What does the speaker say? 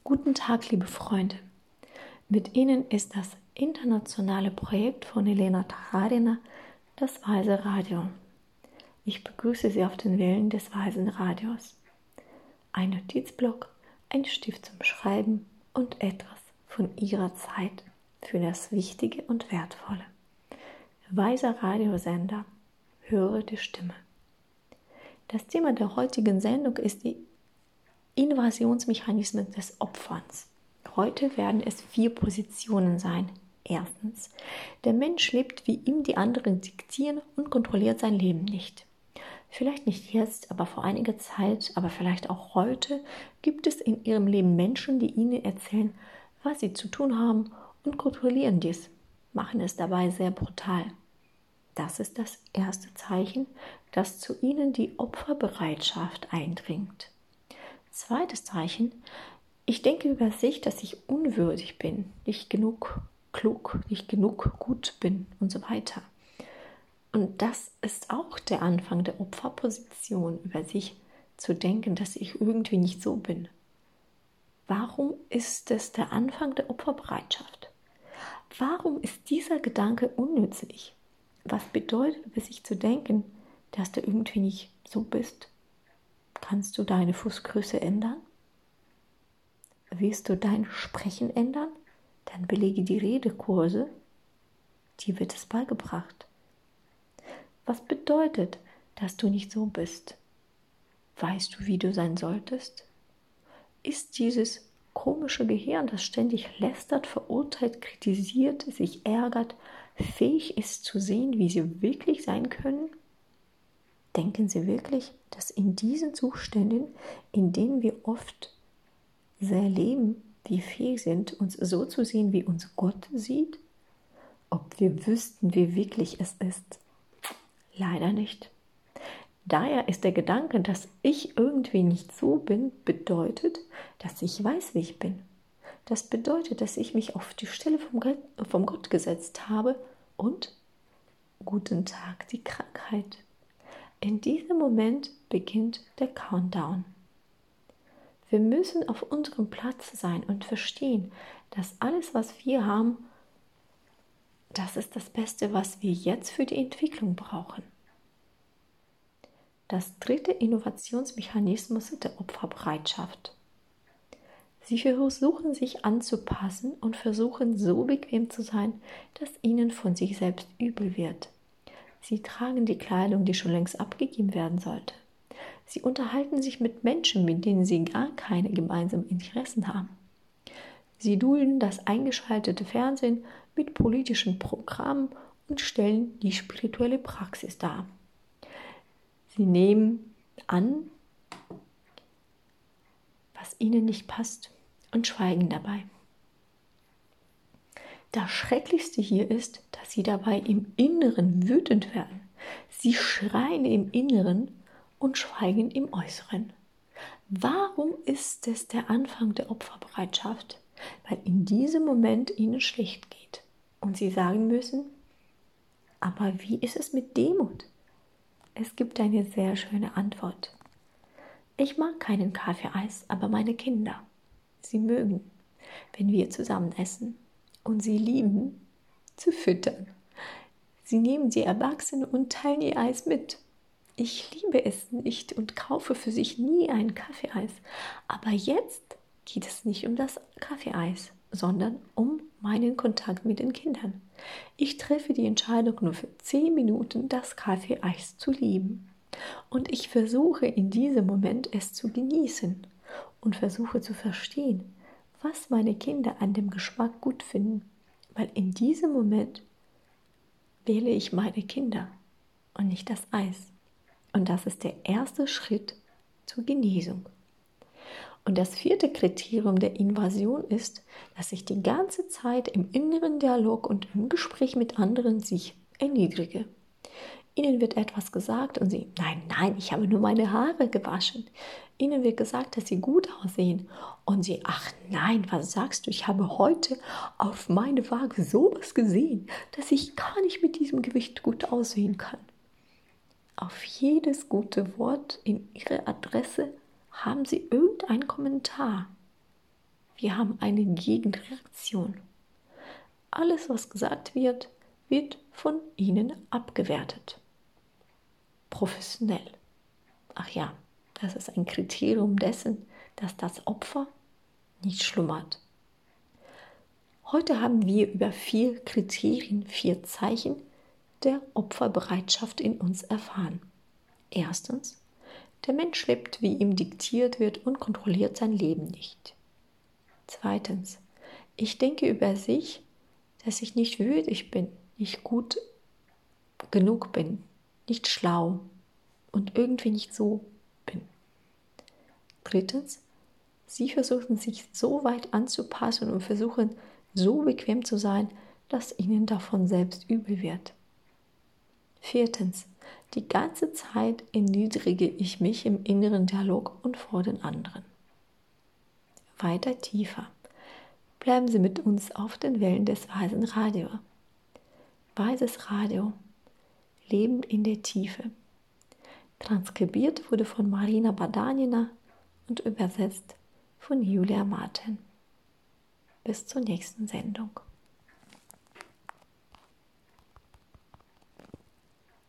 Guten Tag, liebe Freunde. Mit Ihnen ist das internationale Projekt von Elena Tacharina, das Weise Radio. Ich begrüße Sie auf den Wellen des Weisen Radios. Ein Notizblock, ein Stift zum Schreiben und etwas von Ihrer Zeit für das Wichtige und Wertvolle. Weiser Radiosender, höre die Stimme. Das Thema der heutigen Sendung ist die Invasionsmechanismen des Opferns. Heute werden es 4 Positionen sein. Erstens, der Mensch lebt, wie ihm die anderen diktieren und kontrolliert sein Leben nicht. Vielleicht nicht jetzt, aber vor einiger Zeit, aber vielleicht auch heute, gibt es in ihrem Leben Menschen, die ihnen erzählen, was sie zu tun haben und kontrollieren dies, machen es dabei sehr brutal. Das ist das erste Zeichen, dass zu ihnen die Opferbereitschaft eindringt. Zweites Zeichen, ich denke über sich, dass ich unwürdig bin, nicht genug klug, nicht genug gut bin und so weiter. Und das ist auch der Anfang der Opferposition, über sich zu denken, dass ich irgendwie nicht so bin. Warum ist es der Anfang der Opferbereitschaft? Warum ist dieser Gedanke unnützlich? Was bedeutet es, sich zu denken, dass du irgendwie nicht so bist? Kannst du deine Fußgröße ändern? Willst du dein Sprechen ändern? Dann belege die Redekurse, die wird es beigebracht. Was bedeutet, dass du nicht so bist? Weißt du, wie du sein solltest? Ist dieses komische Gehirn, das ständig lästert, verurteilt, kritisiert, sich ärgert, fähig ist zu sehen, wie sie wirklich sein können? Denken Sie wirklich, dass in diesen Zuständen, in denen wir oft sehr leben, wir fähig sind, uns so zu sehen, wie uns Gott sieht? Ob wir wüssten, wie wirklich es ist? Leider nicht. Daher ist der Gedanke, dass ich irgendwie nicht so bin, bedeutet, dass ich weiß, wie ich bin. Das bedeutet, dass ich mich auf die Stelle vom Gott gesetzt habe und guten Tag, die Krankheit. In diesem Moment beginnt der Countdown. Wir müssen auf unserem Platz sein und verstehen, dass alles, was wir haben, das ist das Beste, was wir jetzt für die Entwicklung brauchen. Das dritte Innovationsmechanismus ist der Opferbereitschaft. Sie versuchen sich anzupassen und versuchen so bequem zu sein, dass ihnen von sich selbst übel wird. Sie tragen die Kleidung, die schon längst abgegeben werden sollte. Sie unterhalten sich mit Menschen, mit denen sie gar keine gemeinsamen Interessen haben. Sie dulden das eingeschaltete Fernsehen mit politischen Programmen und stellen die spirituelle Praxis dar. Sie nehmen an, was ihnen nicht passt und schweigen dabei. Das Schrecklichste hier ist, dass sie dabei im Inneren wütend werden. Sie schreien im Inneren und schweigen im Äußeren. Warum ist es der Anfang der Opferbereitschaft? Weil in diesem Moment ihnen schlecht geht und sie sagen müssen, aber wie ist es mit Demut? Es gibt eine sehr schöne Antwort. Ich mag keinen Kaffeeeis, aber meine Kinder, sie mögen, wenn wir zusammen essen und sie lieben zu füttern. Sie nehmen die Erwachsenen und teilen ihr Eis mit. Ich liebe es nicht und kaufe für sich nie ein Kaffeeeis. Aber jetzt geht es nicht um das Kaffeeeis, sondern um meinen Kontakt mit den Kindern. Ich treffe die Entscheidung, nur für 10 Minuten das Kaffeeeis zu lieben. Und ich versuche in diesem Moment es zu genießen und versuche zu verstehen, was meine Kinder an dem Geschmack gut finden. Weil in diesem Moment wähle ich meine Kinder und nicht das Eis. Und das ist der erste Schritt zur Genesung. Und das vierte Kriterium der Invasion ist, dass ich die ganze Zeit im inneren Dialog und im Gespräch mit anderen sich erniedrige. Ihnen wird etwas gesagt und sie, nein, ich habe nur meine Haare gewaschen. Ihnen wird gesagt, dass sie gut aussehen. Und sie, ach nein, was sagst du? Ich habe heute auf meine Waage sowas gesehen, dass ich gar nicht mit diesem Gewicht gut aussehen kann. Auf jedes gute Wort in ihre Adresse haben sie irgendeinen Kommentar. Wir haben eine Gegenreaktion. Alles, was gesagt wird, wird von ihnen abgewertet. Professionell. Ach ja, das ist ein Kriterium dessen, dass das Opfer nicht schlummert. Heute haben wir über 4 Kriterien, 4 Zeichen der Opferbereitschaft in uns erfahren. Erstens, der Mensch lebt, wie ihm diktiert wird und kontrolliert sein Leben nicht. Zweitens, ich denke über sich, dass ich nicht würdig bin, nicht gut genug bin, nicht schlau und irgendwie nicht so bin. Drittens, sie versuchen sich so weit anzupassen und versuchen so bequem zu sein, dass ihnen davon selbst übel wird. Viertens, die ganze Zeit erniedrige ich mich im inneren Dialog und vor den anderen. Weiter tiefer. Bleiben Sie mit uns auf den Wellen des Weisen Radio. Weises Radio. Leben in der Tiefe. Transkribiert wurde von Marina Badanina und übersetzt von Julia Martin. Bis zur nächsten Sendung.